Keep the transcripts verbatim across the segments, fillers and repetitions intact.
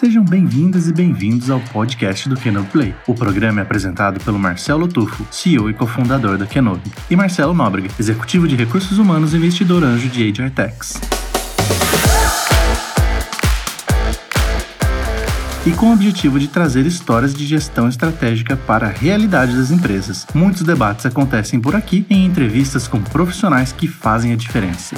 Sejam bem-vindas e bem-vindos ao podcast do Kenobi Play. O programa é apresentado pelo Marcelo Tufo, C E O e cofundador da Kenobi, e Marcelo Nóbrega, executivo de recursos humanos e investidor anjo de H R Techs. E com o objetivo de trazer histórias de gestão estratégica para a realidade das empresas. Muitos debates acontecem por aqui em entrevistas com profissionais que fazem a diferença.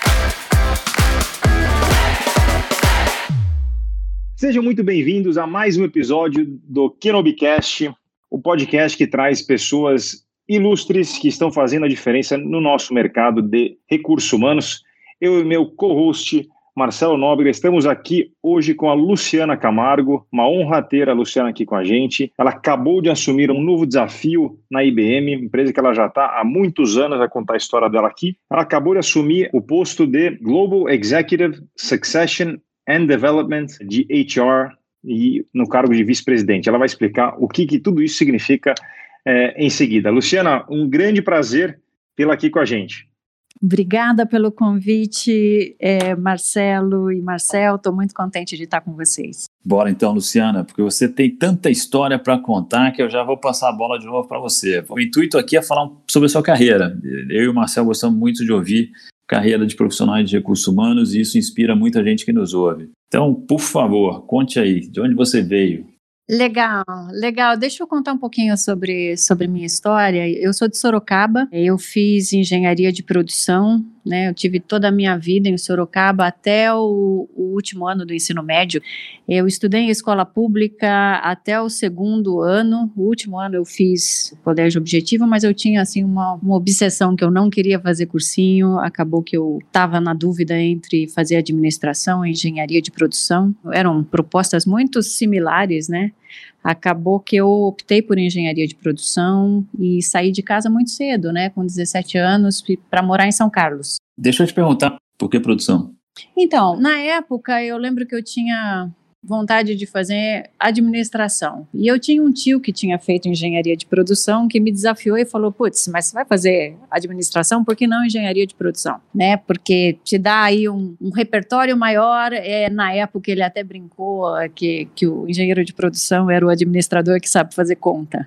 Sejam muito bem-vindos a mais um episódio do KenobiCast, o podcast que traz pessoas ilustres que estão fazendo a diferença no nosso mercado de recursos humanos. Eu e meu co-host, Marcelo Nóbrega, estamos aqui hoje com a Luciana Camargo. Uma honra ter a Luciana aqui com a gente. Ela acabou de assumir um novo desafio na I B M, empresa que ela já está há muitos anos, vai contar a história dela aqui. Ela acabou de assumir o posto de Global Executive Succession and Development de H R e no cargo de vice-presidente. Ela vai explicar o que, que tudo isso significa é, em seguida. Luciana, um grande prazer tê-la aqui com a gente. Obrigada pelo convite, é, Marcelo e Marcel, estou muito contente de estar com vocês. Bora então, Luciana, porque você tem tanta história para contar que eu já vou passar a bola de novo para você. O intuito aqui é falar sobre a sua carreira. Eu e o Marcel gostamos muito de ouvir carreira de profissionais de recursos humanos e isso inspira muita gente que nos ouve. Então, por favor, conte aí, de onde você veio? Legal, legal. Deixa eu contar um pouquinho sobre, sobre minha história. Eu sou de Sorocaba, eu fiz engenharia de produção, né? Eu tive toda a minha vida em Sorocaba até o, o último ano do ensino médio. Eu estudei em escola pública até o segundo ano. O último ano eu fiz colégio objetivo, mas eu tinha assim uma, uma obsessão que eu não queria fazer cursinho. Acabou que eu estava na dúvida entre fazer administração e engenharia de produção. Eram propostas muito similares, né? Acabou que eu optei por engenharia de produção e saí de casa muito cedo, né, com dezessete anos, para morar em São Carlos. Deixa eu te perguntar, por que produção? Então, na época, eu lembro que eu tinha vontade de fazer administração. E eu tinha um tio que tinha feito engenharia de produção que me desafiou e falou, putz, mas você vai fazer administração, por que não engenharia de produção? Né? Porque te dá aí um, um repertório maior. É, na época ele até brincou que, que o engenheiro de produção era o administrador que sabe fazer conta.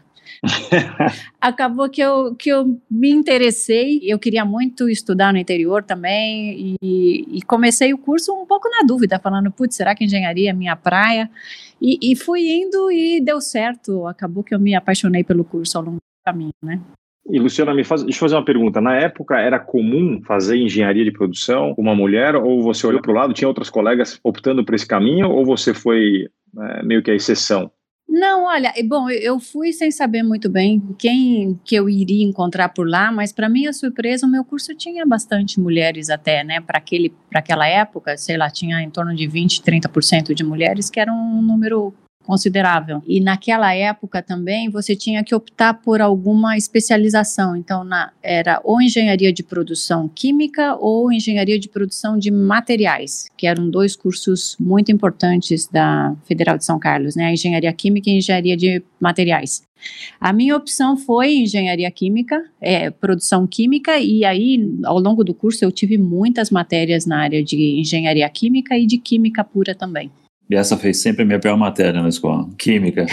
Acabou que eu, que eu me interessei, eu queria muito estudar no interior também e, e comecei o curso um pouco na dúvida, falando, putz, será que engenharia é minha praia? E, e fui indo e deu certo, acabou que eu me apaixonei pelo curso ao longo do caminho, né? E Luciana, me faz, deixa eu fazer uma pergunta, na época era comum fazer engenharia de produção com uma mulher ou você olhou para o lado, tinha outros colegas optando por esse caminho ou você foi é, meio que a exceção? Não, olha, bom, eu fui sem saber muito bem quem que eu iria encontrar por lá, mas para minha surpresa o meu curso tinha bastante mulheres até, né, para aquele, para aquela época, sei lá, tinha em torno de vinte, trinta por cento de mulheres, que era um número considerável. E naquela época também você tinha que optar por alguma especialização, então na, era ou engenharia de produção química ou engenharia de produção de materiais, que eram dois cursos muito importantes da Federal de São Carlos, né, a engenharia química e engenharia de materiais. A minha opção foi engenharia química, é, produção química, e aí ao longo do curso eu tive muitas matérias na área de engenharia química e de química pura também. E essa foi sempre a minha pior matéria na escola, química.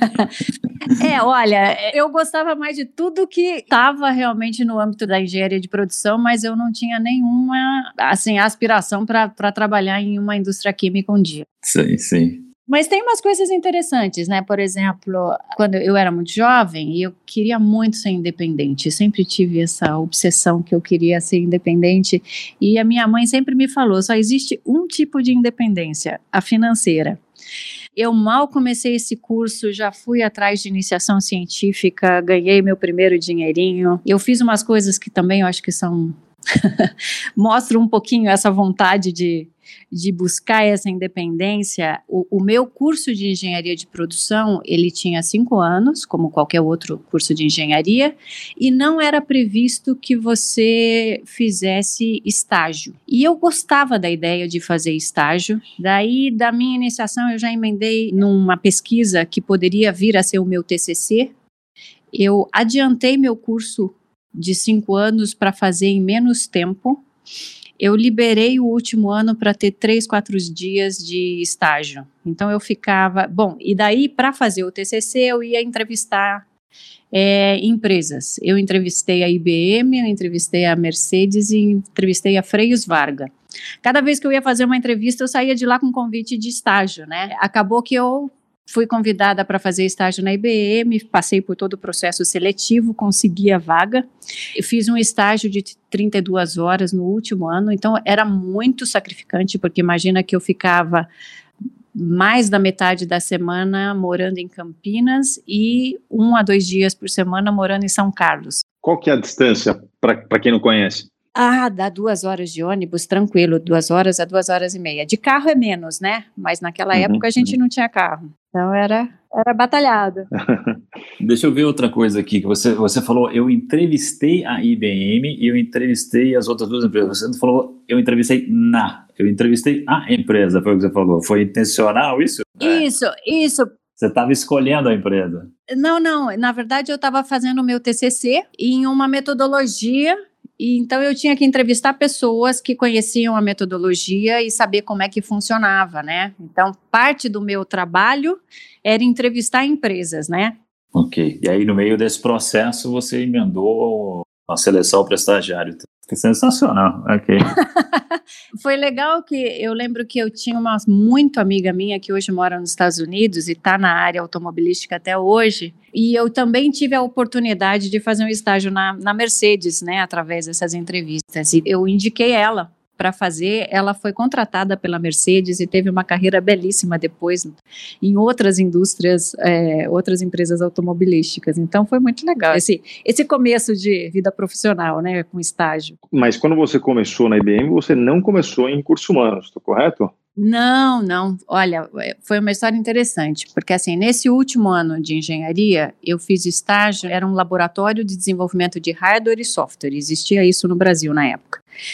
É, olha, eu gostava mais de tudo que estava realmente no âmbito da engenharia de produção, mas eu não tinha nenhuma, assim, aspiração para trabalhar em uma indústria química um dia. Sim, sim. Mas tem umas coisas interessantes, né? Por exemplo, quando eu era muito jovem, eu queria muito ser independente. Eu sempre tive essa obsessão que eu queria ser independente. E a minha mãe sempre me falou, só existe um tipo de independência, a financeira. Eu mal comecei esse curso, já fui atrás de iniciação científica, ganhei meu primeiro dinheirinho. Eu fiz umas coisas que também eu acho que são... mostram um pouquinho essa vontade de... de buscar essa independência. O, o meu curso de engenharia de produção, ele tinha cinco anos, como qualquer outro curso de engenharia, e não era previsto que você fizesse estágio. E eu gostava da ideia de fazer estágio, daí da minha iniciação eu já emendei numa pesquisa que poderia vir a ser o meu T C C. Eu adiantei meu curso de cinco anos para fazer em menos tempo. eu liberei o último ano para ter três, quatro dias de estágio. Então eu ficava, bom, e daí para fazer o T C C eu ia entrevistar é, empresas. Eu entrevistei a I B M, eu entrevistei a Mercedes e entrevistei a Freios Varga. Cada vez que eu ia fazer uma entrevista eu saía de lá com convite de estágio, né? Acabou que eu fui convidada para fazer estágio na I B M, passei por todo o processo seletivo, consegui a vaga. Eu fiz um estágio de trinta e duas horas no último ano, então era muito sacrificante, porque imagina que eu ficava mais da metade da semana morando em Campinas e um a dois dias por semana morando em São Carlos. Qual que é a distância, para quem não conhece? Ah, dá duas horas de ônibus, tranquilo, duas horas a duas horas e meia. De carro é menos, né? Mas naquela uhum, época a gente uhum. não tinha carro. Então era, era batalhado. Deixa eu ver outra coisa aqui, que você, você falou, eu entrevistei a I B M e eu entrevistei as outras duas empresas. Você não falou, eu entrevistei na, eu entrevistei a empresa, foi o que você falou. Foi intencional isso? Isso, é. isso. Você estava escolhendo a empresa? Não, não, na verdade eu estava fazendo o meu T C C em uma metodologia. E então eu tinha que entrevistar pessoas que conheciam a metodologia e saber como é que funcionava, né? Então, parte do meu trabalho era entrevistar empresas, né? Ok. E aí, no meio desse processo, você emendou a seleção para estagiário. Que sensacional. Ok. Foi legal que eu lembro que eu tinha uma muito amiga minha que hoje mora nos Estados Unidos e está na área automobilística até hoje. E eu também tive a oportunidade de fazer um estágio na, na Mercedes, né, através dessas entrevistas. E eu indiquei ela para fazer, ela foi contratada pela Mercedes e teve uma carreira belíssima depois em outras indústrias, é, outras empresas automobilísticas. Então foi muito legal esse, esse começo de vida profissional, né, com estágio. Mas quando você começou na I B M, você não começou em recursos humanos, estou correto? Não, não. Olha, foi uma história interessante, porque assim, nesse último ano de engenharia, eu fiz estágio, era um laboratório de desenvolvimento de hardware e software, existia isso no Brasil na época.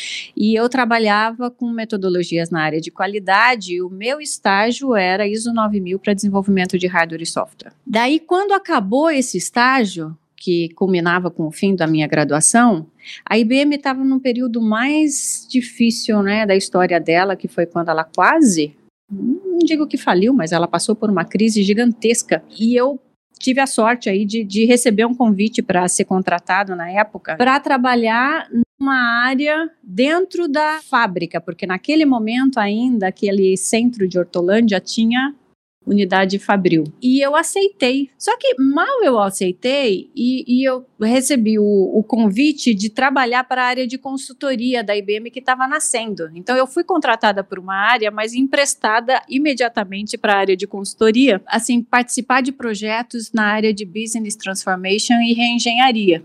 E eu trabalhava com metodologias na área de qualidade e o meu estágio era I S O nove mil para desenvolvimento de hardware e software. Daí, quando acabou esse estágio, que culminava com o fim da minha graduação, a I B M estava num período mais difícil, né, da história dela, que foi quando ela quase, não digo que faliu, mas ela passou por uma crise gigantesca. E eu tive a sorte aí de, de receber um convite para ser contratado na época, para trabalhar numa área dentro da fábrica, porque naquele momento ainda aquele centro de Hortolândia tinha unidade Fabril. E eu aceitei. Só que mal eu aceitei e, e eu recebi o, o convite de trabalhar para a área de consultoria da I B M que estava nascendo. Então eu fui contratada por uma área, mas emprestada imediatamente para a área de consultoria, assim, participar de projetos na área de Business Transformation e reengenharia.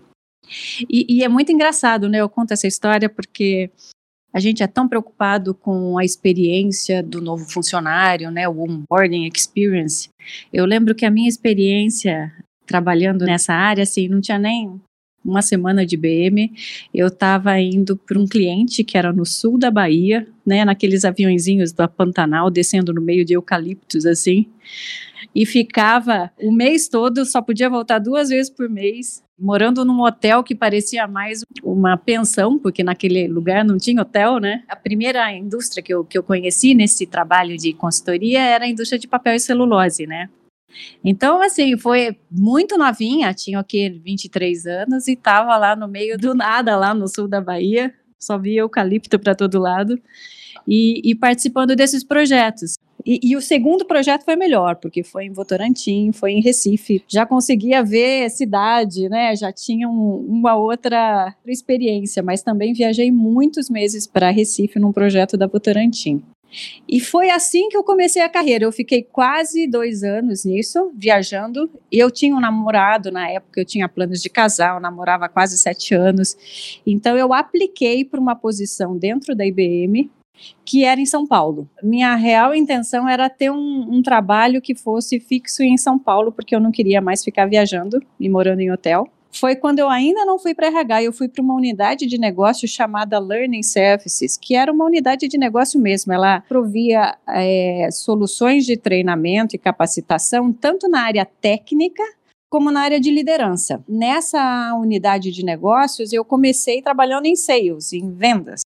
E, e é muito engraçado, né? Eu conto essa história porque a gente é tão preocupado com a experiência do novo funcionário, né, o onboarding experience. Eu lembro que a minha experiência trabalhando nessa área, assim, não tinha nem uma semana de B M, eu estava indo para um cliente que era no sul da Bahia, né, naqueles aviõezinhos da Pantanal, descendo no meio de eucaliptos, assim, e ficava o mês todo, só podia voltar duas vezes por mês, morando num hotel que parecia mais uma pensão, porque naquele lugar não tinha hotel, né? A primeira indústria que eu, que eu conheci nesse trabalho de consultoria era a indústria de papel e celulose, né? Então, assim, foi muito novinha, tinha aqui vinte e três anos e estava lá no meio do nada, lá no sul da Bahia, só via eucalipto para todo lado, e, e participando desses projetos. E, e o segundo projeto foi melhor, porque foi em Votorantim, foi em Recife, já conseguia ver cidade, né, já tinha um, uma outra experiência, mas também viajei muitos meses para Recife num projeto da Votorantim. E foi assim que eu comecei a carreira. Eu fiquei quase dois anos nisso, viajando. E eu tinha um namorado na época, eu tinha planos de casar, eu namorava há quase sete anos. Então eu apliquei para uma posição dentro da I B M, que era em São Paulo. Minha real intenção era ter um, um trabalho que fosse fixo em São Paulo, porque eu não queria mais ficar viajando e morando em hotel. Foi quando eu ainda não fui para R H, eu fui para uma unidade de negócio chamada Learning Services, que era uma unidade de negócio mesmo. Ela provia é, soluções de treinamento e capacitação, tanto na área técnica como na área de liderança. Nessa unidade de negócios, eu comecei trabalhando em sales, em vendas.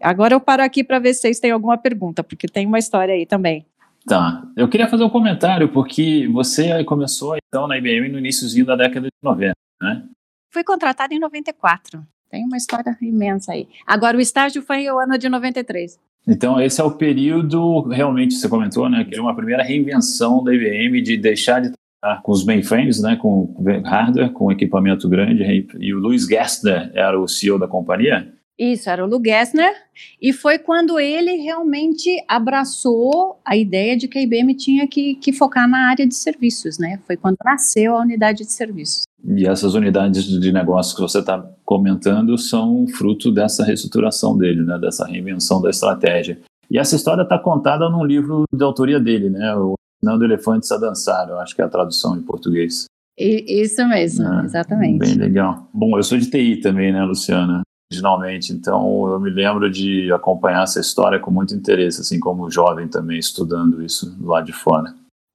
Agora eu paro aqui para ver se vocês têm alguma pergunta, porque tem uma história aí também. Tá, eu queria fazer um comentário, porque você começou então na I B M no iniciozinho da década de noventa, né? Fui contratada em noventa e quatro, tem uma história imensa aí. Agora o estágio foi o ano de noventa e três. Então esse é o período, realmente você comentou, né, que é uma primeira reinvenção da I B M de deixar de trabalhar com os mainframes, né, com hardware, com equipamento grande, e o Louis Gerstner era o C E O da companhia? Isso, era o Lou Gerstner, e foi quando ele realmente abraçou a ideia de que a I B M tinha que, que focar na área de serviços, né? Foi quando nasceu a unidade de serviços. E essas unidades de negócio que você está comentando são fruto dessa reestruturação dele, né? Dessa reinvenção da estratégia. E essa história está contada num livro de autoria dele, né? O Ensinando Elefantes a Dançar, eu acho que é a tradução em português. E, isso mesmo, é, exatamente. Bem legal. Bom, eu sou de T I também, né, Luciana? Originalmente, então eu me lembro de acompanhar essa história com muito interesse, assim como jovem também, estudando isso lá de fora.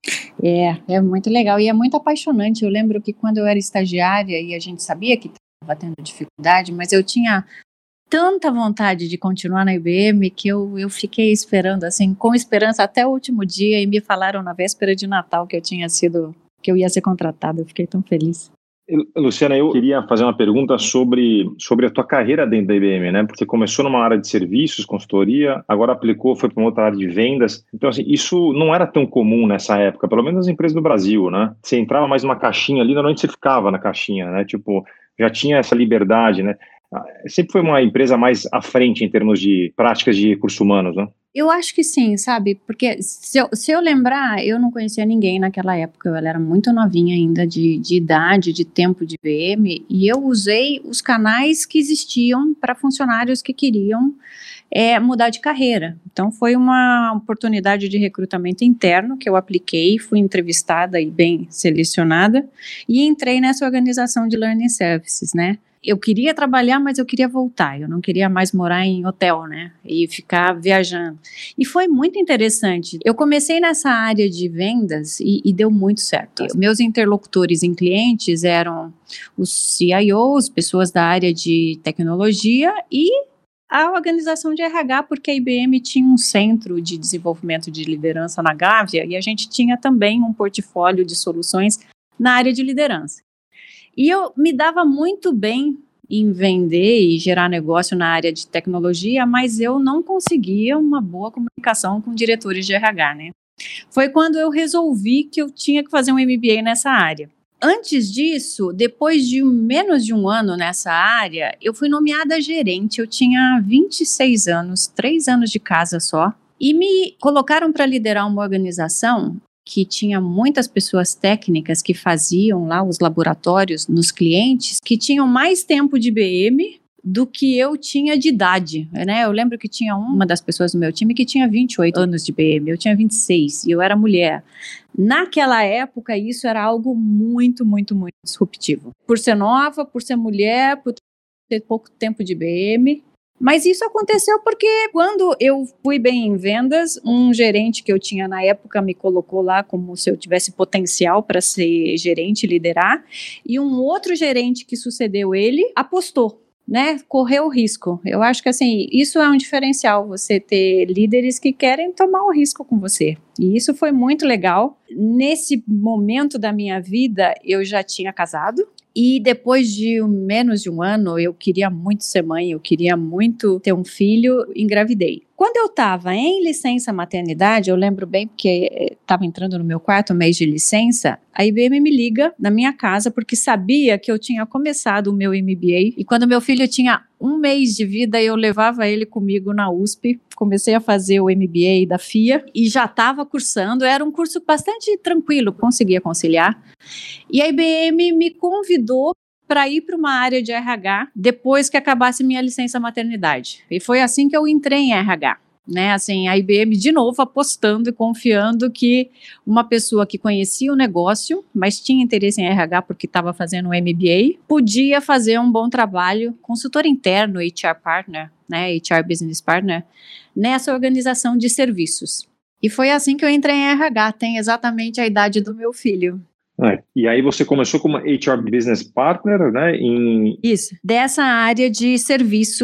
É, é muito legal e é muito apaixonante. Eu lembro que quando eu era estagiária e a gente sabia que estava tendo dificuldade, mas eu tinha tanta vontade de continuar na I B M que eu, eu fiquei esperando, assim, com esperança até o último dia, e me falaram na véspera de Natal que eu tinha sido, que eu ia ser contratada. Eu fiquei tão feliz. Luciana, eu queria fazer uma pergunta sobre, sobre a tua carreira dentro da I B M, né? Porque começou numa área de serviços, consultoria, agora aplicou, foi para uma outra área de vendas. Então, assim, isso não era tão comum nessa época, pelo menos nas empresas do Brasil, né? Você entrava mais numa caixinha ali, normalmente você ficava na caixinha, né? Tipo, já tinha essa liberdade, né? Sempre foi uma empresa mais à frente em termos de práticas de recursos humanos, né? Eu acho que sim, sabe? Porque se eu, se eu lembrar, eu não conhecia ninguém naquela época, eu era muito novinha ainda de, de idade, de tempo de I B M, e eu usei os canais que existiam para funcionários que queriam é, mudar de carreira. Então foi uma oportunidade de recrutamento interno que eu apliquei, fui entrevistada e bem selecionada, e entrei nessa organização de Learning Services, né? Eu queria trabalhar, mas eu queria voltar, eu não queria mais morar em hotel, né, e ficar viajando. E foi muito interessante. Eu comecei nessa área de vendas e, e deu muito certo. Meus interlocutores em clientes eram os C I Os, pessoas da área de tecnologia e a organização de R H, porque a I B M tinha um centro de desenvolvimento de liderança na Gávea e a gente tinha também um portfólio de soluções na área de liderança. E eu me dava muito bem em vender e gerar negócio na área de tecnologia, mas eu não conseguia uma boa comunicação com diretores de R H, né? Foi quando eu resolvi que eu tinha que fazer um M B A nessa área. Antes disso, depois de menos de um ano nessa área, eu fui nomeada gerente, eu tinha vinte e seis anos, três anos de casa só, e me colocaram para liderar uma organização que tinha muitas pessoas técnicas que faziam lá os laboratórios nos clientes, que tinham mais tempo de I B M do que eu tinha de idade, né? Eu lembro que tinha uma das pessoas do meu time que tinha vinte e oito anos de I B M, eu tinha vinte e seis e eu era mulher. Naquela época, isso era algo muito, muito, muito disruptivo. Por ser nova, por ser mulher, por ter pouco tempo de I B M. Mas isso aconteceu porque quando eu fui bem em vendas, um gerente que eu tinha na época me colocou lá como se eu tivesse potencial para ser gerente e liderar, e um outro gerente que sucedeu ele apostou, né, correu o risco. Eu acho que assim, isso é um diferencial, você ter líderes que querem tomar o risco com você. E isso foi muito legal. Nesse momento da minha vida, eu já tinha casado. E depois de menos de um ano, eu queria muito ser mãe, eu queria muito ter um filho, engravidei. Quando eu estava em licença maternidade, eu lembro bem porque estava entrando no meu quarto mês de licença, a I B M me liga na minha casa porque sabia que eu tinha começado o meu M B A e quando meu filho tinha um mês de vida, eu levava ele comigo na U S P, comecei a fazer o M B A da F I A e já estava cursando, era um curso bastante tranquilo, conseguia conciliar. E a I B M me convidou para ir para uma área de R H depois que acabasse minha licença maternidade. E foi assim que eu entrei em R H. Né, assim, a I B M de novo apostando e confiando que uma pessoa que conhecia o negócio, mas tinha interesse em R H porque estava fazendo um M B A, podia fazer um bom trabalho, consultor interno, H R Partner, né, H R Business Partner, nessa organização de serviços. E foi assim que eu entrei em R H, tem exatamente a idade do meu filho. É, e aí você começou como H R Business Partner, né? Em... Isso, dessa área de serviços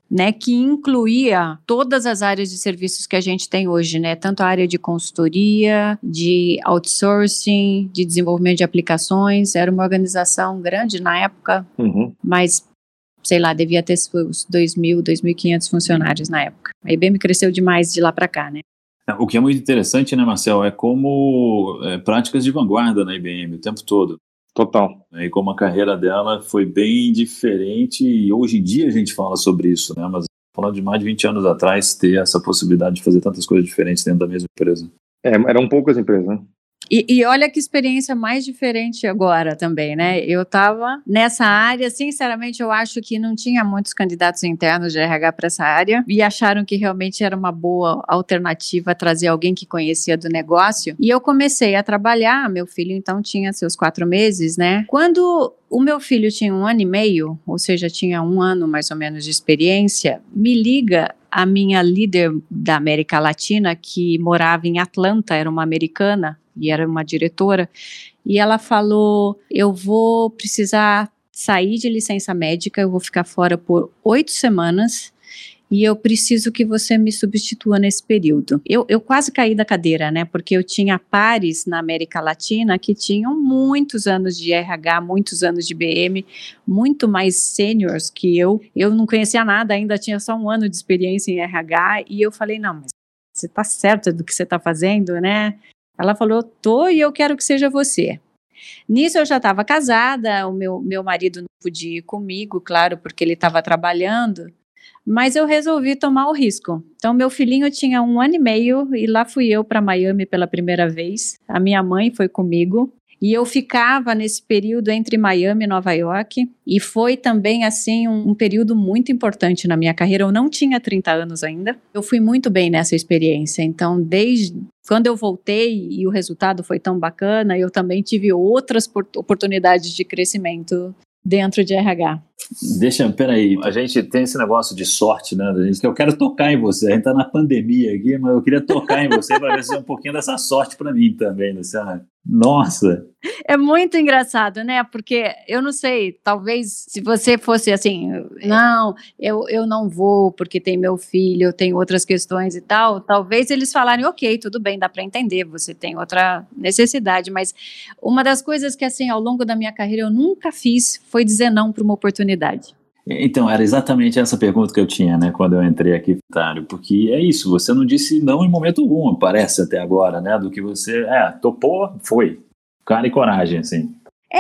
né, que incluía todas as áreas de serviços que a gente tem hoje, né, tanto a área de consultoria, de outsourcing, de desenvolvimento de aplicações. Era uma organização grande na época, uhum. mas, sei lá, devia ter uns dois mil, dois mil e quinhentos funcionários na época. A I B M cresceu demais de lá para cá, né. O que é muito interessante, né, Marcel, é como é, práticas de vanguarda na I B M o tempo todo. Total. E como a carreira dela foi bem diferente, e hoje em dia a gente fala sobre isso, né? Mas falando de mais de vinte anos atrás, ter essa possibilidade de fazer tantas coisas diferentes dentro da mesma empresa. É, eram poucas empresas, né? E, e olha que experiência mais diferente agora também, né? Eu estava nessa área, sinceramente, eu acho que não tinha muitos candidatos internos de R H para essa área e acharam que realmente era uma boa alternativa trazer alguém que conhecia do negócio. E eu comecei a trabalhar, meu filho então tinha seus quatro meses, né? Quando o meu filho tinha um ano e meio, ou seja, tinha um ano mais ou menos de experiência, me liga a minha líder da América Latina, que morava em Atlanta, era uma americana, e era uma diretora, e ela falou, eu vou precisar sair de licença médica, eu vou ficar fora por oito semanas, e eu preciso que você me substitua nesse período. Eu, eu quase caí da cadeira, né, porque eu tinha pares na América Latina que tinham muitos anos de R H, muitos anos de B M, muito mais seniors que eu. Eu não conhecia nada, ainda tinha só um ano de experiência em R H, e eu falei, não, mas você tá certa do que você tá fazendo, né? Ela falou, tô, e eu quero que seja você. Nisso eu já estava casada, o meu, meu marido não podia ir comigo, claro, porque ele estava trabalhando, mas eu resolvi tomar o risco. Então, meu filhinho tinha um ano e meio e lá fui eu para Miami pela primeira vez. A minha mãe foi comigo. E eu ficava nesse período entre Miami e Nova York, e foi também, assim, um, um período muito importante na minha carreira. Eu não tinha trinta anos ainda, eu fui muito bem nessa experiência, então desde quando eu voltei e o resultado foi tão bacana, eu também tive outras oportunidades de crescimento dentro de R H. Deixa, peraí, a gente tem esse negócio de sorte, né? A gente, eu quero tocar em você, a gente tá na pandemia aqui, mas eu queria tocar em você para ver se é um pouquinho dessa sorte para mim também, Luciana. Nossa! É muito engraçado, né? Porque eu não sei, talvez se você fosse assim, não, eu, eu não vou porque tem meu filho, eu tenho outras questões e tal, talvez eles falarem, ok, tudo bem, dá para entender, você tem outra necessidade, mas uma das coisas que assim, ao longo da minha carreira eu nunca fiz foi dizer não para uma oportunidade. Então, era exatamente essa pergunta que eu tinha, né, quando eu entrei aqui, Tário, porque é isso, você não disse não em momento algum, parece até agora, né, do que você, é, topou, foi, cara e coragem, assim.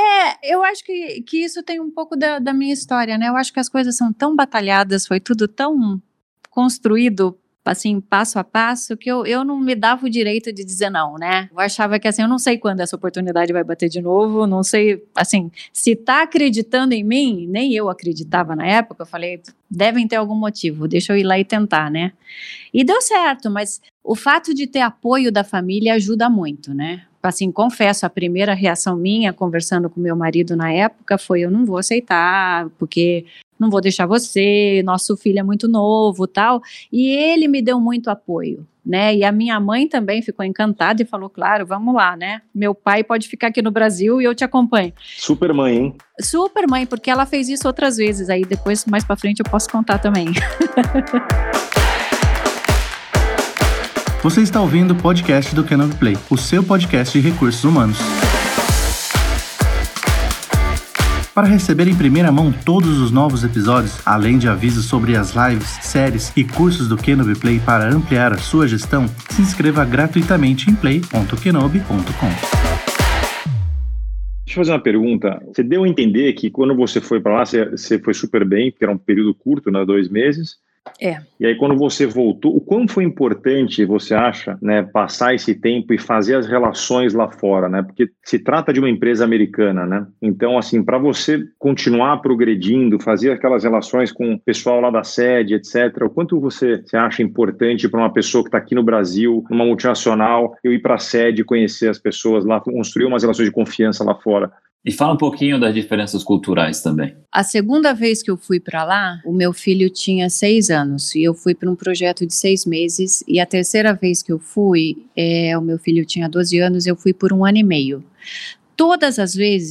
É, eu acho que, que isso tem um pouco da, da minha história, né, eu acho que as coisas são tão batalhadas, foi tudo tão construído, assim, passo a passo, que eu, eu não me dava o direito de dizer não, né? Eu achava que, assim, eu não sei quando essa oportunidade vai bater de novo, não sei, assim, se tá acreditando em mim, nem eu acreditava na época, eu falei, devem ter algum motivo, deixa eu ir lá e tentar, né? E deu certo, mas o fato de ter apoio da família ajuda muito, né? Assim, confesso, a primeira reação minha, conversando com meu marido na época, foi, eu não vou aceitar, porque não vou deixar você, nosso filho é muito novo, tal, e ele me deu muito apoio, né, e a minha mãe também ficou encantada e falou, claro, vamos lá, né, meu pai pode ficar aqui no Brasil e eu te acompanho. Super mãe, hein? Super mãe, porque ela fez isso outras vezes, aí depois, mais pra frente, eu posso contar também. Você está ouvindo o podcast do Kenobi Play, o seu podcast de recursos humanos. Para receber em primeira mão todos os novos episódios, além de avisos sobre as lives, séries e cursos do Kenobi Play para ampliar a sua gestão, se inscreva gratuitamente em play ponto kenobi ponto com. Deixa eu fazer uma pergunta. Você deu a entender que quando você foi para lá, você, você foi super bem, porque era um período curto, né, dois meses. É. E aí quando você voltou, o quão foi importante, você acha, né, passar esse tempo e fazer as relações lá fora, né? Porque se trata de uma empresa americana, né? Então, assim, para você continuar progredindo, fazer aquelas relações com o pessoal lá da sede, etcétera, o quanto você, você acha importante para uma pessoa que está aqui no Brasil, numa multinacional, eu ir para a sede, conhecer as pessoas lá, construir umas relações de confiança lá fora? E fala um pouquinho das diferenças culturais também. A segunda vez que eu fui para lá, o meu filho tinha seis anos e eu fui para um projeto de seis meses. E a terceira vez que eu fui, é, o meu filho tinha doze anos, eu fui por um ano e meio. Todas as vezes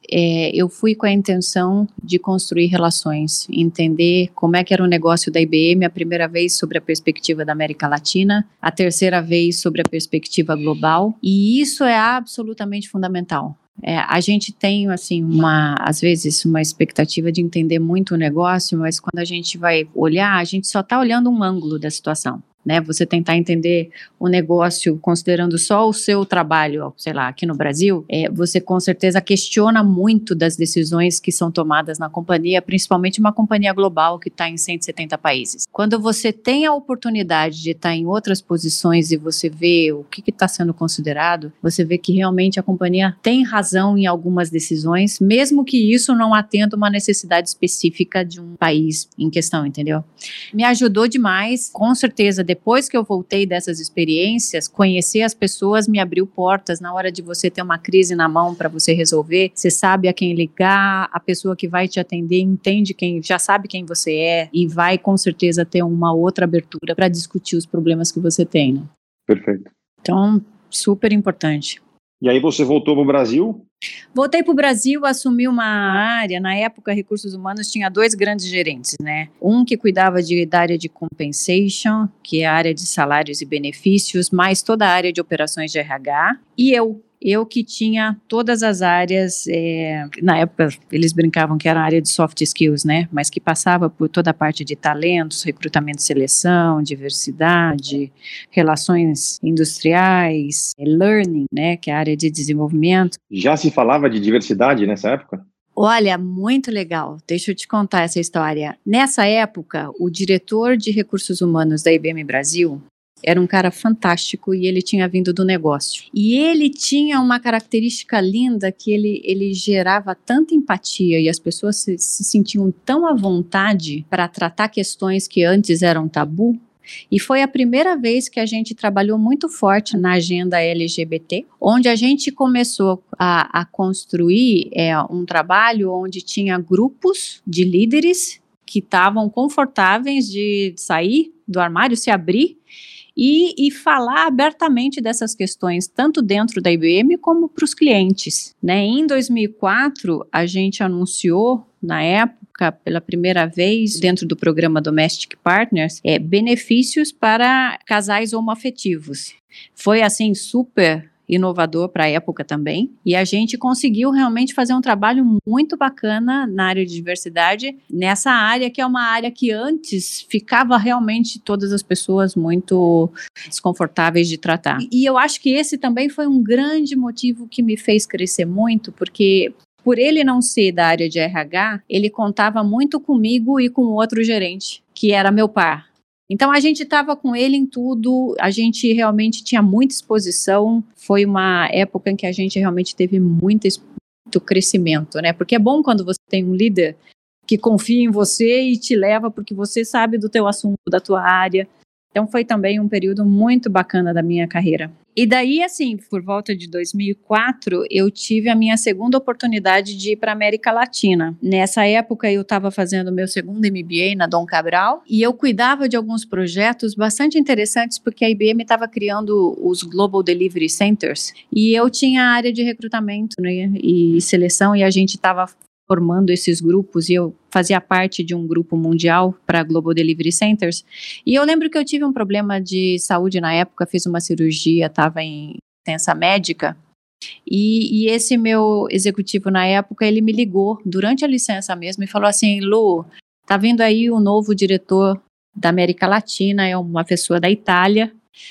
é, eu fui com a intenção de construir relações, entender como é que era o negócio da I B M, a primeira vez sobre a perspectiva da América Latina, a terceira vez sobre a perspectiva global, e isso é absolutamente fundamental. É, a gente tem, assim, uma, às vezes, uma expectativa de entender muito o negócio, mas quando a gente vai olhar, a gente só está olhando um ângulo da situação. Né, você tentar entender o negócio considerando só o seu trabalho, sei lá, aqui no Brasil, é, você com certeza questiona muito das decisões que são tomadas na companhia, principalmente uma companhia global que está em cento e setenta países. Quando você tem a oportunidade de estar em outras posições e você vê o que está sendo considerado, você vê que realmente a companhia tem razão em algumas decisões, mesmo que isso não atenda uma necessidade específica de um país em questão, entendeu? Me ajudou demais, com certeza. Depois que eu voltei dessas experiências, conhecer as pessoas me abriu portas. Na hora de você ter uma crise na mão para você resolver, você sabe a quem ligar, a pessoa que vai te atender entende quem, já sabe quem você é e vai com certeza ter uma outra abertura para discutir os problemas que você tem. Né? Perfeito. Então, super importante. E aí você voltou para o Brasil? Voltei para o Brasil, assumi uma área, na época Recursos Humanos tinha dois grandes gerentes, né? Um que cuidava de, da área de compensation, que é a área de salários e benefícios, mais toda a área de operações de R H, e eu. Eu que tinha todas as áreas, é, na época eles brincavam que era a área de soft skills, né? Mas que passava por toda a parte de talentos, recrutamento e seleção, diversidade, relações industriais, learning, né? Que é a área de desenvolvimento. Já se falava de diversidade nessa época? Olha, muito legal. Deixa eu te contar essa história. Nessa época, o diretor de recursos humanos da I B M Brasil era um cara fantástico e ele tinha vindo do negócio. E ele tinha uma característica linda que ele, ele gerava tanta empatia e as pessoas se, se sentiam tão à vontade para tratar questões que antes eram tabu. E foi a primeira vez que a gente trabalhou muito forte na agenda L G B T, onde a gente começou a, a construir é, um trabalho onde tinha grupos de líderes que estavam confortáveis de sair do armário, se abrir, E, e falar abertamente dessas questões, tanto dentro da I B M como para os clientes. Né? Em dois mil e quatro, a gente anunciou, na época, pela primeira vez, dentro do programa Domestic Partners, é, benefícios para casais homoafetivos. Foi, assim, super inovador para a época também, e a gente conseguiu realmente fazer um trabalho muito bacana na área de diversidade, nessa área que é uma área que antes ficava realmente todas as pessoas muito desconfortáveis de tratar. E, e eu acho que esse também foi um grande motivo que me fez crescer muito, porque por ele não ser da área de R H, ele contava muito comigo e com outro gerente, que era meu par. Então, a gente estava com ele em tudo, a gente realmente tinha muita exposição, foi uma época em que a gente realmente teve muito, muito crescimento, né? Porque é bom quando você tem um líder que confia em você e te leva porque você sabe do teu assunto, da tua área. Então, foi também um período muito bacana da minha carreira. E daí, assim, por volta de dois mil e quatro, eu tive a minha segunda oportunidade de ir para a América Latina. Nessa época, eu estava fazendo meu segundo M B A na Dom Cabral e eu cuidava de alguns projetos bastante interessantes porque a I B M estava criando os Global Delivery Centers e eu tinha a área de recrutamento, né, e seleção, e a gente estava formando esses grupos, e eu fazia parte de um grupo mundial para Global Delivery Centers, e eu lembro que eu tive um problema de saúde na época, fiz uma cirurgia, estava em licença médica, e, e esse meu executivo na época, ele me ligou durante a licença mesmo e falou assim: Lu, tá vindo aí o novo diretor da América Latina, é uma pessoa da Itália,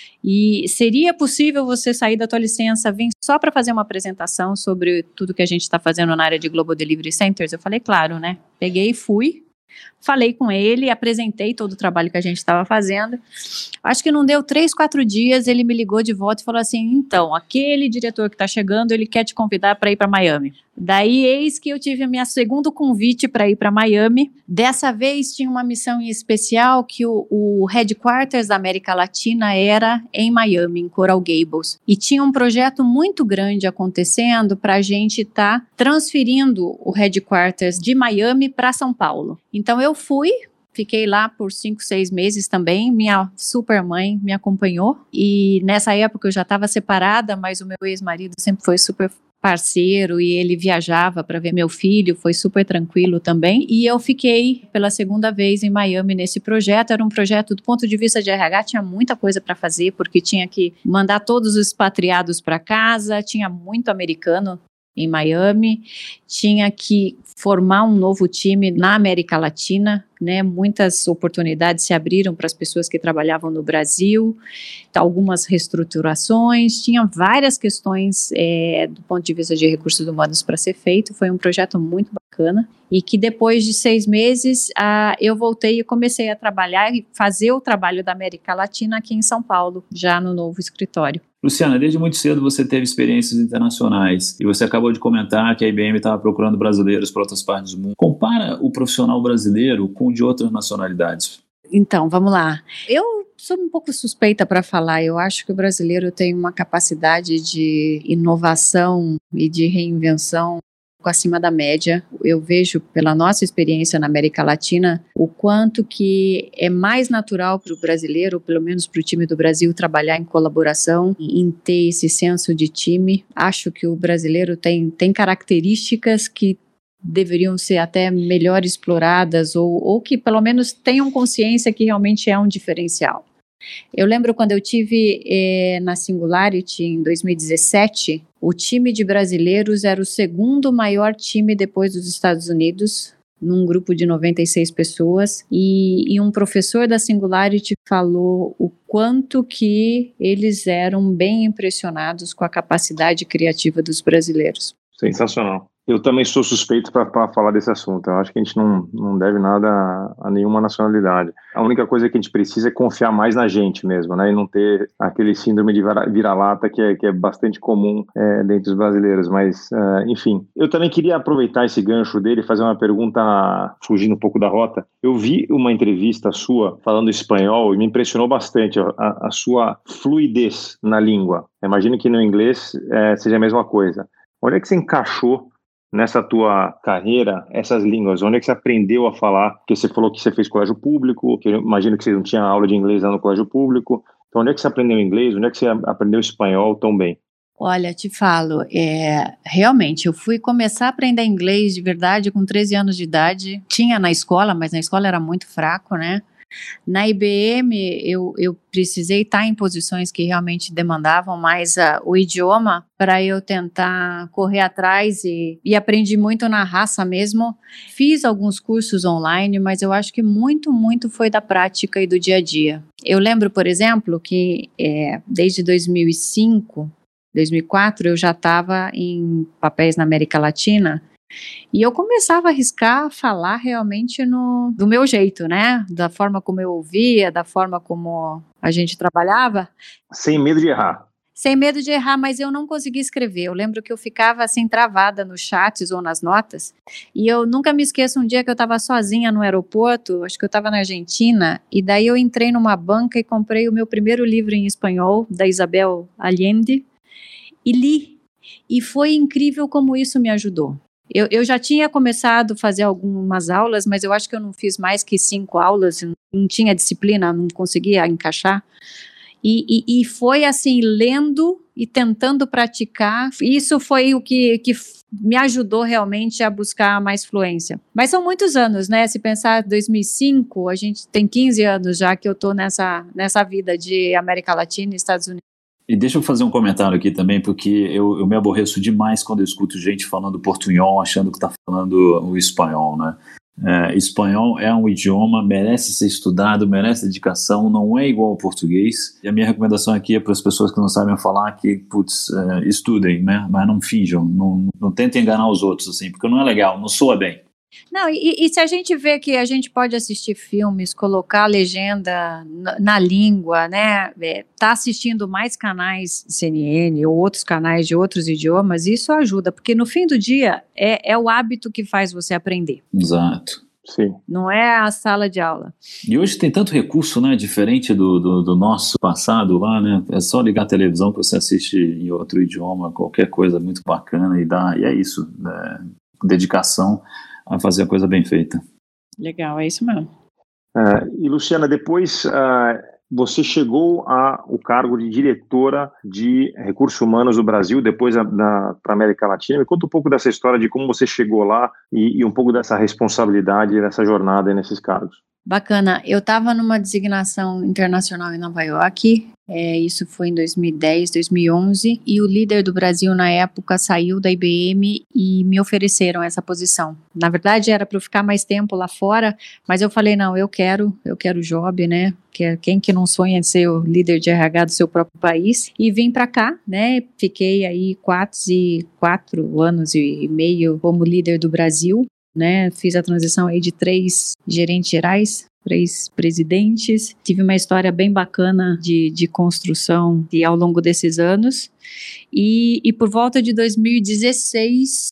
e seria possível você sair da tua licença, vir só para fazer uma apresentação sobre tudo que a gente está fazendo na área de Global Delivery Centers? Eu falei, claro, né? Peguei e fui, falei com ele, apresentei todo o trabalho que a gente estava fazendo. Acho que não deu três, quatro dias, ele me ligou de volta e falou assim: então, aquele diretor que está chegando, ele quer te convidar para ir para Miami. Daí, eis que eu tive a minha segundo convite para ir para Miami. Dessa vez, tinha uma missão em especial que o, o headquarters da América Latina era em Miami, em Coral Gables. E tinha um projeto muito grande acontecendo para a gente estar tá transferindo o headquarters de Miami para São Paulo. Então, eu fui. Fiquei lá por cinco, seis meses também, minha super mãe me acompanhou, e nessa época eu já estava separada, mas o meu ex-marido sempre foi super parceiro e ele viajava para ver meu filho, foi super tranquilo também. E eu fiquei pela segunda vez em Miami nesse projeto. Era um projeto do ponto de vista de R H, tinha muita coisa para fazer, porque tinha que mandar todos os expatriados para casa, tinha muito americano em Miami, tinha que formar um novo time na América Latina, né? Muitas oportunidades se abriram para as pessoas que trabalhavam no Brasil, algumas reestruturações, tinha várias questões é, do ponto de vista de recursos humanos para ser feito. Foi um projeto muito bacana e que depois de seis meses ah, eu voltei e comecei a trabalhar e fazer o trabalho da América Latina aqui em São Paulo, já no novo escritório. Luciana, desde muito cedo você teve experiências internacionais e você acabou de comentar que a I B M estava procurando brasileiros para outras partes do mundo. Compara o profissional brasileiro com o de outras nacionalidades. Então, vamos lá. Eu sou um pouco suspeita para falar. Eu acho que o brasileiro tem uma capacidade de inovação e de reinvenção acima da média. Eu vejo pela nossa experiência na América Latina o quanto que é mais natural para o brasileiro, ou pelo menos para o time do Brasil, trabalhar em colaboração, em ter esse senso de time. Acho que o brasileiro tem, tem características que deveriam ser até melhor exploradas ou, ou que pelo menos tenham consciência que realmente é um diferencial. Eu lembro quando eu tive eh, na Singularity em dois mil e dezessete, o time de brasileiros era o segundo maior time depois dos Estados Unidos, num grupo de noventa e seis pessoas, e, e um professor da Singularity falou o quanto que eles eram bem impressionados com a capacidade criativa dos brasileiros. Sensacional. Eu também sou suspeito para falar desse assunto. Eu acho que a gente não, não deve nada a, a nenhuma nacionalidade. A única coisa que a gente precisa é confiar mais na gente mesmo, né? E não ter aquele síndrome de vira-lata que é, que é bastante comum é, dentre os brasileiros. Mas, uh, enfim. Eu também queria aproveitar esse gancho dele e fazer uma pergunta fugindo um pouco da rota. Eu vi uma entrevista sua falando espanhol e me impressionou bastante a, a sua fluidez na língua. Imagino que no inglês é, seja a mesma coisa. Onde é que você encaixou nessa tua carreira, essas línguas? Onde é que você aprendeu a falar? Porque você falou que você fez colégio público, que eu imagino que você não tinha aula de inglês lá no colégio público. Então, onde é que você aprendeu inglês? Onde é que você aprendeu espanhol tão bem? Olha, te falo, é, realmente, eu fui começar a aprender inglês de verdade com treze anos de idade. Tinha na escola, mas na escola era muito fraco, né? Na I B M, eu, eu precisei estar em posições que realmente demandavam mais uh, o idioma para eu tentar correr atrás e, e aprendi muito na raça mesmo. Fiz alguns cursos online, mas eu acho que muito, muito foi da prática e do dia a dia. Eu lembro, por exemplo, que é, desde dois mil e cinco, dois mil e quatro, eu já estava em papéis na América Latina. E eu começava a arriscar falar realmente no, do meu jeito, né? Da forma como eu ouvia, da forma como a gente trabalhava. Sem medo de errar. Sem medo de errar, mas eu não conseguia escrever. Eu lembro que eu ficava assim travada nos chats ou nas notas. E eu nunca me esqueço um dia que eu estava sozinha no aeroporto, acho que eu estava na Argentina, e daí eu entrei numa banca e comprei o meu primeiro livro em espanhol, da Isabel Allende, e li. E foi incrível como isso me ajudou. Eu, eu já tinha começado a fazer algumas aulas, mas eu acho que eu não fiz mais que cinco aulas, não tinha disciplina, não conseguia encaixar. E, e, e foi assim, lendo e tentando praticar, isso foi o que, que me ajudou realmente a buscar mais fluência. Mas são muitos anos, né? Se pensar dois mil e cinco, a gente tem quinze anos já que eu estou nessa, nessa vida de América Latina e Estados Unidos. E deixa eu fazer um comentário aqui também, porque eu, eu me aborreço demais quando eu escuto gente falando portunhol, achando que está falando o espanhol, né? É, espanhol é um idioma, merece ser estudado, merece dedicação, não é igual ao português. E a minha recomendação aqui é para as pessoas que não sabem falar que, putz, é, estudem, né? Mas não finjam, não, não tentem enganar os outros, assim, porque não é legal, não soa bem. Não, e, e se a gente vê que a gente pode assistir filmes, colocar a legenda na, na língua, né, é, tá assistindo mais canais C N N ou outros canais de outros idiomas, isso ajuda, porque no fim do dia é, é o hábito que faz você aprender. Exato. Sim. Não é a sala de aula. E hoje tem tanto recurso, né, diferente do, do, do nosso passado lá, né, é só ligar a televisão que você assiste em outro idioma, qualquer coisa muito bacana e, dá, e é isso, né, dedicação a fazer a coisa bem feita. Legal, é isso mesmo. Uh, e Luciana, depois uh, você chegou ao cargo de diretora de recursos humanos do Brasil, depois para a América Latina. Me conta um pouco dessa história de como você chegou lá e, e um pouco dessa responsabilidade, dessa jornada nesses cargos. Bacana. Eu estava numa designação internacional em Nova York, é, isso foi em dois mil e dez, dois mil e onze, e o líder do Brasil na época saiu da I B M e me ofereceram essa posição. Na verdade era para eu ficar mais tempo lá fora, mas eu falei, não, eu quero, eu quero o job, né, quem que não sonha em ser o líder de R H do seu próprio país, e vim para cá, né, fiquei aí quatro, e, quatro anos e meio como líder do Brasil, né, fiz a transição aí de três gerentes gerais, três presidentes, tive uma história bem bacana de, de construção e ao longo desses anos, e, e por volta de dois mil e dezesseis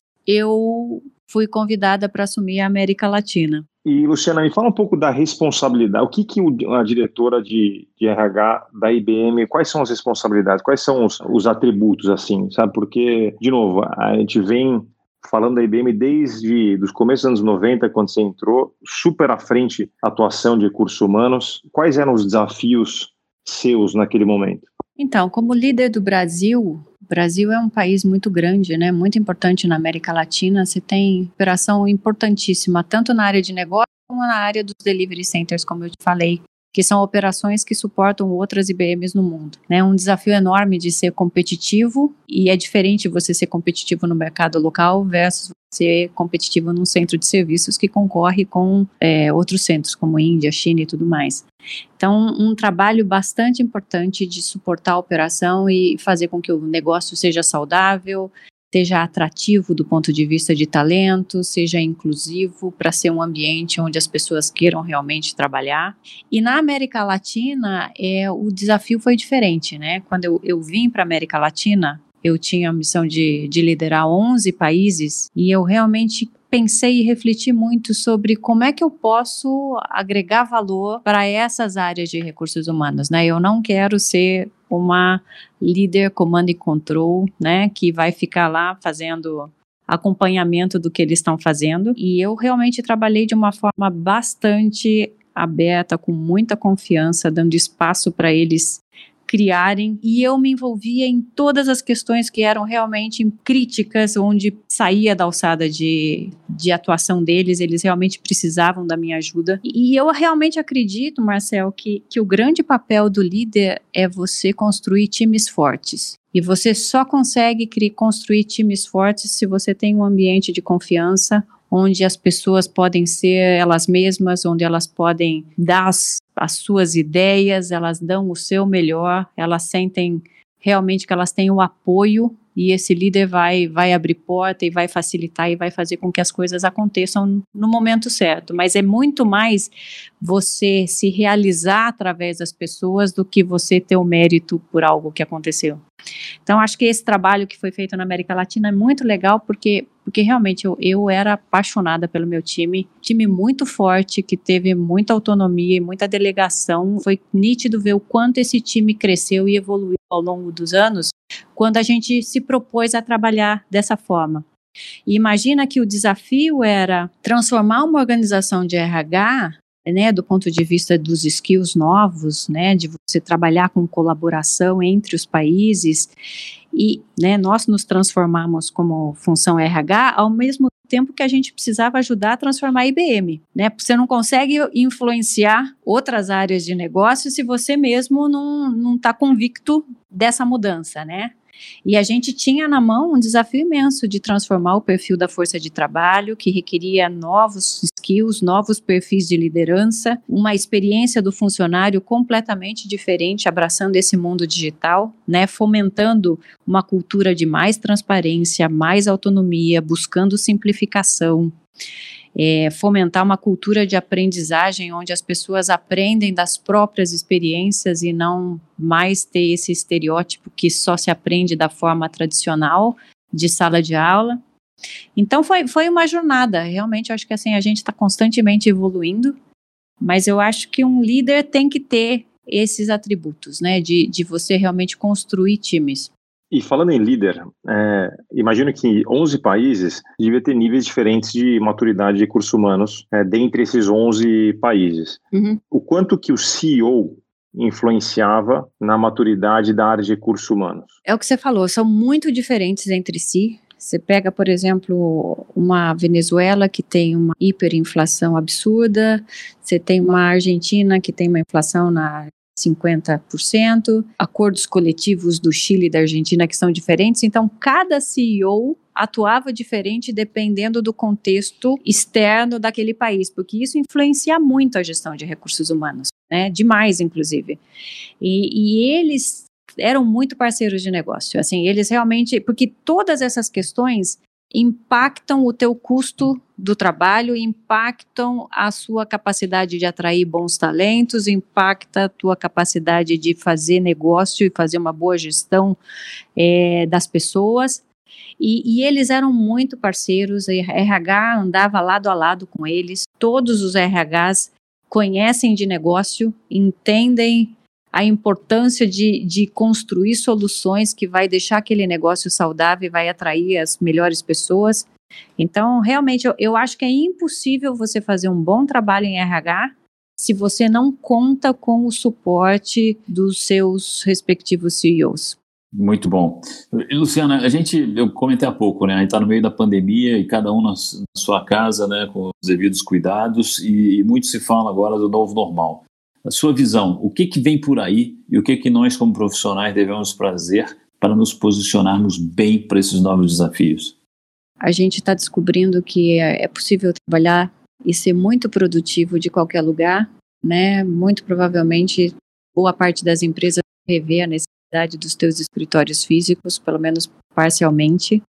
eu fui convidada para assumir a América Latina. E Luciana, me fala um pouco da responsabilidade, o que, que a diretora de, de R H da I B M, quais são as responsabilidades, quais são os, os atributos, assim, sabe, porque, de novo, a gente vem falando da I B M desde os começos dos anos noventa, quando você entrou, super à frente a atuação de recursos humanos. Quais eram os desafios seus naquele momento? Então, como líder do Brasil, o Brasil é um país muito grande, né, muito importante na América Latina, você tem operação importantíssima, tanto na área de negócio como na área dos delivery centers, como eu te falei, que são operações que suportam outras I B Ms no mundo. É né? Um desafio enorme de ser competitivo, e é diferente você ser competitivo no mercado local versus ser competitivo num centro de serviços que concorre com é, outros centros, como Índia, China e tudo mais. Então, um trabalho bastante importante de suportar a operação e fazer com que o negócio seja saudável, seja atrativo do ponto de vista de talento, seja inclusivo para ser um ambiente onde as pessoas queiram realmente trabalhar. E na América Latina, é, o desafio foi diferente, né? Quando eu, eu vim para a América Latina, eu tinha a missão de, de liderar onze países e eu realmente pensei e refleti muito sobre como é que eu posso agregar valor para essas áreas de recursos humanos, né? Eu não quero ser uma líder command and control, né, que vai ficar lá fazendo acompanhamento do que eles estão fazendo, e eu realmente trabalhei de uma forma bastante aberta, com muita confiança, dando espaço para eles criarem, e eu me envolvia em todas as questões que eram realmente críticas, onde saía da alçada de, de atuação deles, eles realmente precisavam da minha ajuda. E eu realmente acredito, Marcel, que, que o grande papel do líder é você construir times fortes. E você só consegue criar, construir times fortes se você tem um ambiente de confiança, onde as pessoas podem ser elas mesmas, onde elas podem dar as, as suas ideias, elas dão o seu melhor, elas sentem realmente que elas têm o apoio, e esse líder vai, vai abrir porta e vai facilitar e vai fazer com que as coisas aconteçam no momento certo. Mas é muito mais você se realizar através das pessoas do que você ter o mérito por algo que aconteceu. Então, acho que esse trabalho que foi feito na América Latina é muito legal, porque, porque realmente eu, eu era apaixonada pelo meu time, time muito forte, que teve muita autonomia e muita delegação. Foi nítido ver o quanto esse time cresceu e evoluiu ao longo dos anos, quando a gente se propôs a trabalhar dessa forma. E imagina que o desafio era transformar uma organização de R H, né, do ponto de vista dos skills novos, né, de você trabalhar com colaboração entre os países, e né, nós nos transformamos como função R H ao mesmo tempo que a gente precisava ajudar a transformar a I B M, né, porque você não consegue influenciar outras áreas de negócio se você mesmo não não está convicto dessa mudança, né? E a gente tinha na mão um desafio imenso de transformar o perfil da força de trabalho, que requeria novos skills, novos perfis de liderança, uma experiência do funcionário completamente diferente, abraçando esse mundo digital, né, fomentando uma cultura de mais transparência, mais autonomia, buscando simplificação. É, fomentar uma cultura de aprendizagem onde as pessoas aprendem das próprias experiências e não mais ter esse estereótipo que só se aprende da forma tradicional de sala de aula. Então foi, foi uma jornada, realmente eu acho que assim, a gente está constantemente evoluindo, mas eu acho que um líder tem que ter esses atributos, né, de, de você realmente construir times. E falando em líder, é, imagino que onze países devia ter níveis diferentes de maturidade de recursos humanos é, dentre esses onze países. Uhum. O quanto que o C E O influenciava na maturidade da área de recursos humanos? É o que você falou, são muito diferentes entre si. Você pega, por exemplo, uma Venezuela que tem uma hiperinflação absurda, você tem uma Argentina que tem uma inflação na cinquenta por cento, acordos coletivos do Chile e da Argentina que são diferentes, então cada C E O atuava diferente dependendo do contexto externo daquele país, porque isso influencia muito a gestão de recursos humanos, né? Demais, inclusive. E, e eles eram muito parceiros de negócio, assim, eles realmente, porque todas essas questões impactam o teu custo do trabalho, impactam a sua capacidade de atrair bons talentos, impacta a tua capacidade de fazer negócio e fazer uma boa gestão é, das pessoas, e, e eles eram muito parceiros, a R H andava lado a lado com eles, todos os R Hs conhecem de negócio, entendem a importância de, de construir soluções que vai deixar aquele negócio saudável e vai atrair as melhores pessoas. Então, realmente, eu, eu acho que é impossível você fazer um bom trabalho em R H se você não conta com o suporte dos seus respectivos C E Os. Muito bom. E, Luciana, a gente, eu comentei há pouco, né, a gente está no meio da pandemia e cada um na, na sua casa, né, com os devidos cuidados, e, e muito se fala agora do novo normal. A sua visão, o que, que vem por aí e o que, que nós como profissionais devemos fazer para nos posicionarmos bem para esses novos desafios? A gente está descobrindo que é, é possível trabalhar e ser muito produtivo de qualquer lugar, né? Muito provavelmente boa parte das empresas revê a necessidade dos teus escritórios físicos, pelo menos parcialmente.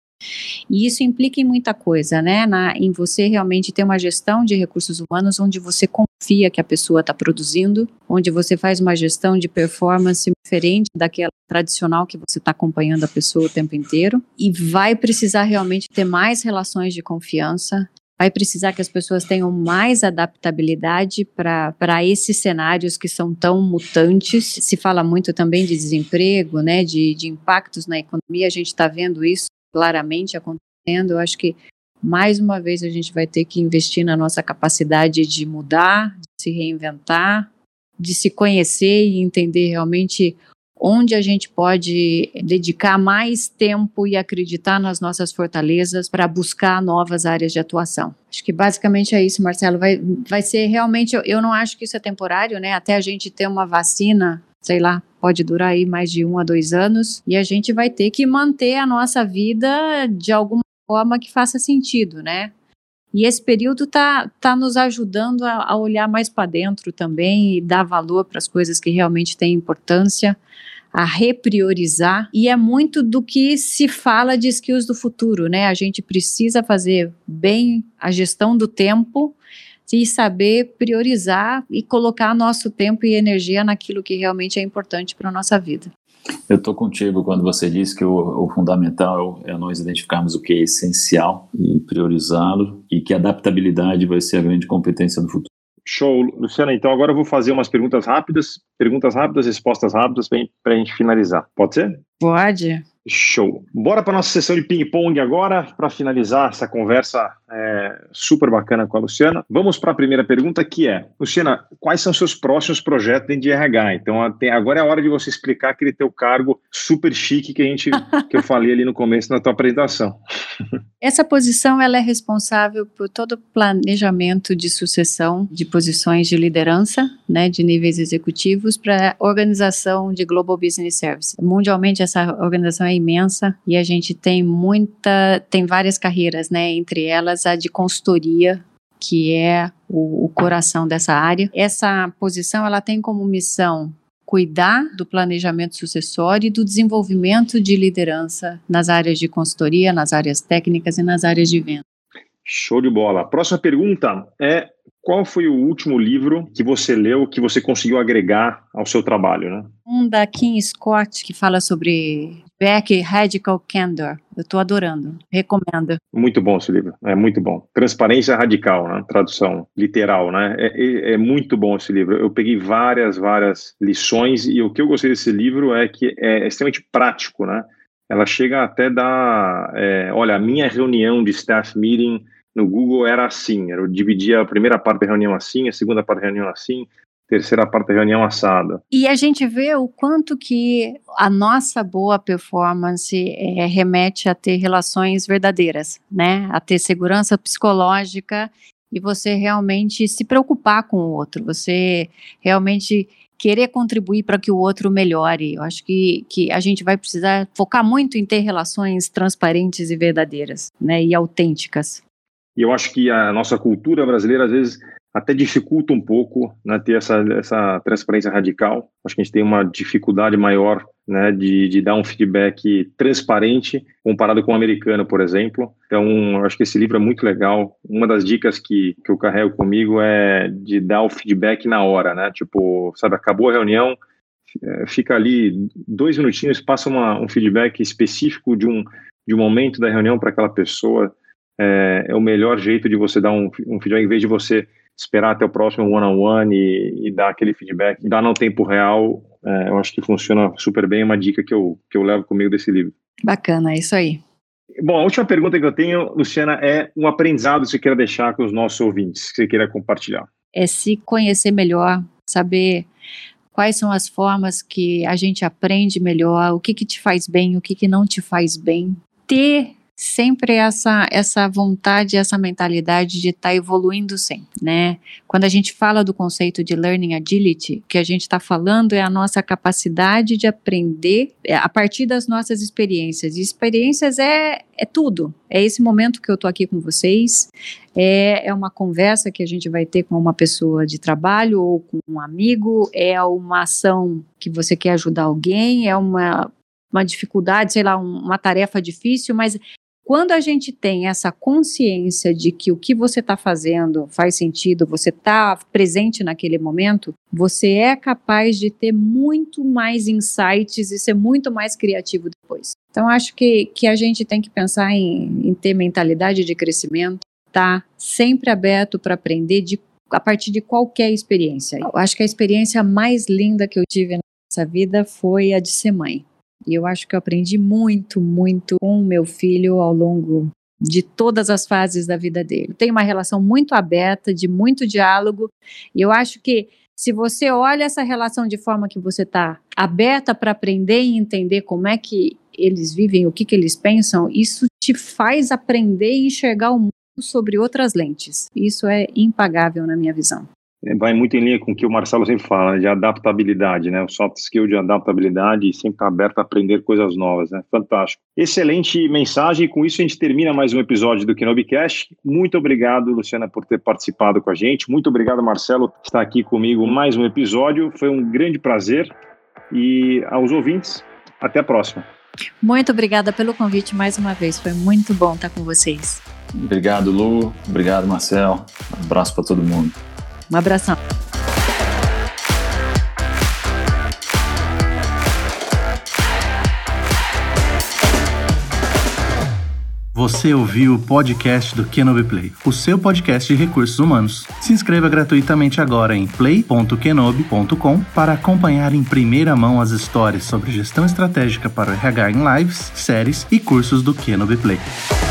E isso implica em muita coisa, né? Na, em você realmente ter uma gestão de recursos humanos onde você confia que a pessoa está produzindo, onde você faz uma gestão de performance diferente daquela tradicional que você está acompanhando a pessoa o tempo inteiro, e vai precisar realmente ter mais relações de confiança, vai precisar que as pessoas tenham mais adaptabilidade para esses cenários que são tão mutantes. Se fala muito também de desemprego, né? De, de impactos na economia, a gente está vendo isso claramente acontecendo. Eu acho que mais uma vez a gente vai ter que investir na nossa capacidade de mudar, de se reinventar, de se conhecer e entender realmente onde a gente pode dedicar mais tempo e acreditar nas nossas fortalezas para buscar novas áreas de atuação. Acho que basicamente é isso, Marcelo. Vai, vai ser realmente, eu, eu não acho que isso é temporário, né? Até a gente ter uma vacina, sei lá, pode durar aí mais de um a dois anos, e a gente vai ter que manter a nossa vida de alguma forma que faça sentido, né? E esse período tá, tá nos ajudando a, a olhar mais para dentro também e dar valor para as coisas que realmente têm importância, a repriorizar, e é muito do que se fala de skills do futuro, né? A gente precisa fazer bem a gestão do tempo e saber priorizar e colocar nosso tempo e energia naquilo que realmente é importante para a nossa vida. Eu estou contigo quando você diz que o, o fundamental é nós identificarmos o que é essencial e priorizá-lo, e que a adaptabilidade vai ser a grande competência do futuro. Show, Luciana. Então agora eu vou fazer umas perguntas rápidas, perguntas rápidas, respostas rápidas para a gente finalizar. Pode ser? Pode. Show. Bora para nossa sessão de ping-pong agora, para finalizar essa conversa é, super bacana com a Luciana. Vamos para a primeira pergunta, que é: Luciana, quais são seus próximos projetos dentro de R H? Então, até agora é a hora de você explicar aquele teu cargo super chique que, a gente, que eu falei ali no começo na tua apresentação. Essa posição ela é responsável por todo o planejamento de sucessão de posições de liderança, né, de níveis executivos, para a organização de Global Business Services. Mundialmente, essa organização é imensa e a gente tem muita, tem várias carreiras, né, entre elas a de consultoria, que é o, o coração dessa área. Essa posição ela tem como missão cuidar do planejamento sucessório e do desenvolvimento de liderança nas áreas de consultoria, nas áreas técnicas e nas áreas de venda. Show de bola. A próxima pergunta é: qual foi o último livro que você leu, que você conseguiu agregar ao seu trabalho, né? Um da Kim Scott, que fala sobre Back Radical Candor. Eu estou adorando. Recomendo. Muito bom esse livro. É muito bom. Transparência Radical, né? Tradução literal, né? É, é, é muito bom esse livro. Eu peguei várias, várias lições, e o que eu gostei desse livro é que é extremamente prático, né? Ela chega até dar... É, olha, a minha reunião de staff meeting no Google era assim. Eu dividia a primeira parte da reunião assim, a segunda parte da reunião assim, terceira parte da reunião assada. E a gente vê o quanto que a nossa boa performance é, remete a ter relações verdadeiras, né? A ter segurança psicológica e você realmente se preocupar com o outro, você realmente querer contribuir para que o outro melhore. Eu acho que, que a gente vai precisar focar muito em ter relações transparentes e verdadeiras, né, e autênticas. E eu acho que a nossa cultura brasileira, às vezes, até dificulta um pouco, né, ter essa, essa transparência radical. Acho que a gente tem uma dificuldade maior, né, de, de dar um feedback transparente comparado com o americano, por exemplo. Então, eu acho que esse livro é muito legal. Uma das dicas que, que eu carrego comigo é de dar o feedback na hora, né? Tipo, sabe, acabou a reunião, fica ali dois minutinhos, passa uma, um feedback específico de um, de um momento da reunião para aquela pessoa. É, é o melhor jeito de você dar um, um feedback, em vez de você esperar até o próximo one-on-one e, e dar aquele feedback, dar no tempo real. É, eu acho que funciona super bem, é uma dica que eu, que eu levo comigo desse livro. Bacana, é isso aí. Bom, a última pergunta que eu tenho, Luciana, é um aprendizado que você queira deixar com os nossos ouvintes, que você queira compartilhar. É se conhecer melhor, saber quais são as formas que a gente aprende melhor, o que que te faz bem, o que que não te faz bem. Ter sempre essa, essa vontade, essa mentalidade de estar tá evoluindo sempre, né? Quando a gente fala do conceito de Learning Agility, o que a gente está falando é a nossa capacidade de aprender a partir das nossas experiências. E experiências é, é tudo. É esse momento que eu estou aqui com vocês, é, é uma conversa que a gente vai ter com uma pessoa de trabalho ou com um amigo, é uma ação que você quer ajudar alguém, é uma, uma dificuldade, sei lá, uma tarefa difícil, mas quando a gente tem essa consciência de que o que você está fazendo faz sentido, você está presente naquele momento, você é capaz de ter muito mais insights e ser muito mais criativo depois. Então, acho que, que a gente tem que pensar em, em ter mentalidade de crescimento, tá sempre aberto para aprender de, a partir de qualquer experiência. Eu acho que a experiência mais linda que eu tive nessa vida foi a de ser mãe. E eu acho que eu aprendi muito, muito com o meu filho ao longo de todas as fases da vida dele. Tem uma relação muito aberta, de muito diálogo, e eu acho que se você olha essa relação de forma que você está aberta para aprender e entender como é que eles vivem, o que, que eles pensam, isso te faz aprender e enxergar o mundo sobre outras lentes. Isso é impagável na minha visão. Vai muito em linha com o que o Marcelo sempre fala, né, de adaptabilidade, né? O soft skill de adaptabilidade e sempre estar aberto a aprender coisas novas, né? Fantástico. Excelente mensagem, e com isso a gente termina mais um episódio do KenobiCast. Muito obrigado, Luciana, por ter participado com a gente. Muito obrigado, Marcelo, por estar aqui comigo mais um episódio. Foi um grande prazer. E aos ouvintes, até a próxima. Muito obrigada pelo convite mais uma vez. Foi muito bom estar com vocês. Obrigado, Lu. Obrigado, Marcelo. Um abraço para todo mundo. Um abração. Você ouviu o podcast do Kenobi Play, o seu podcast de recursos humanos. Se inscreva gratuitamente agora em play ponto kenobi ponto com para acompanhar em primeira mão as histórias sobre gestão estratégica para o R H em lives, séries e cursos do Kenobi Play.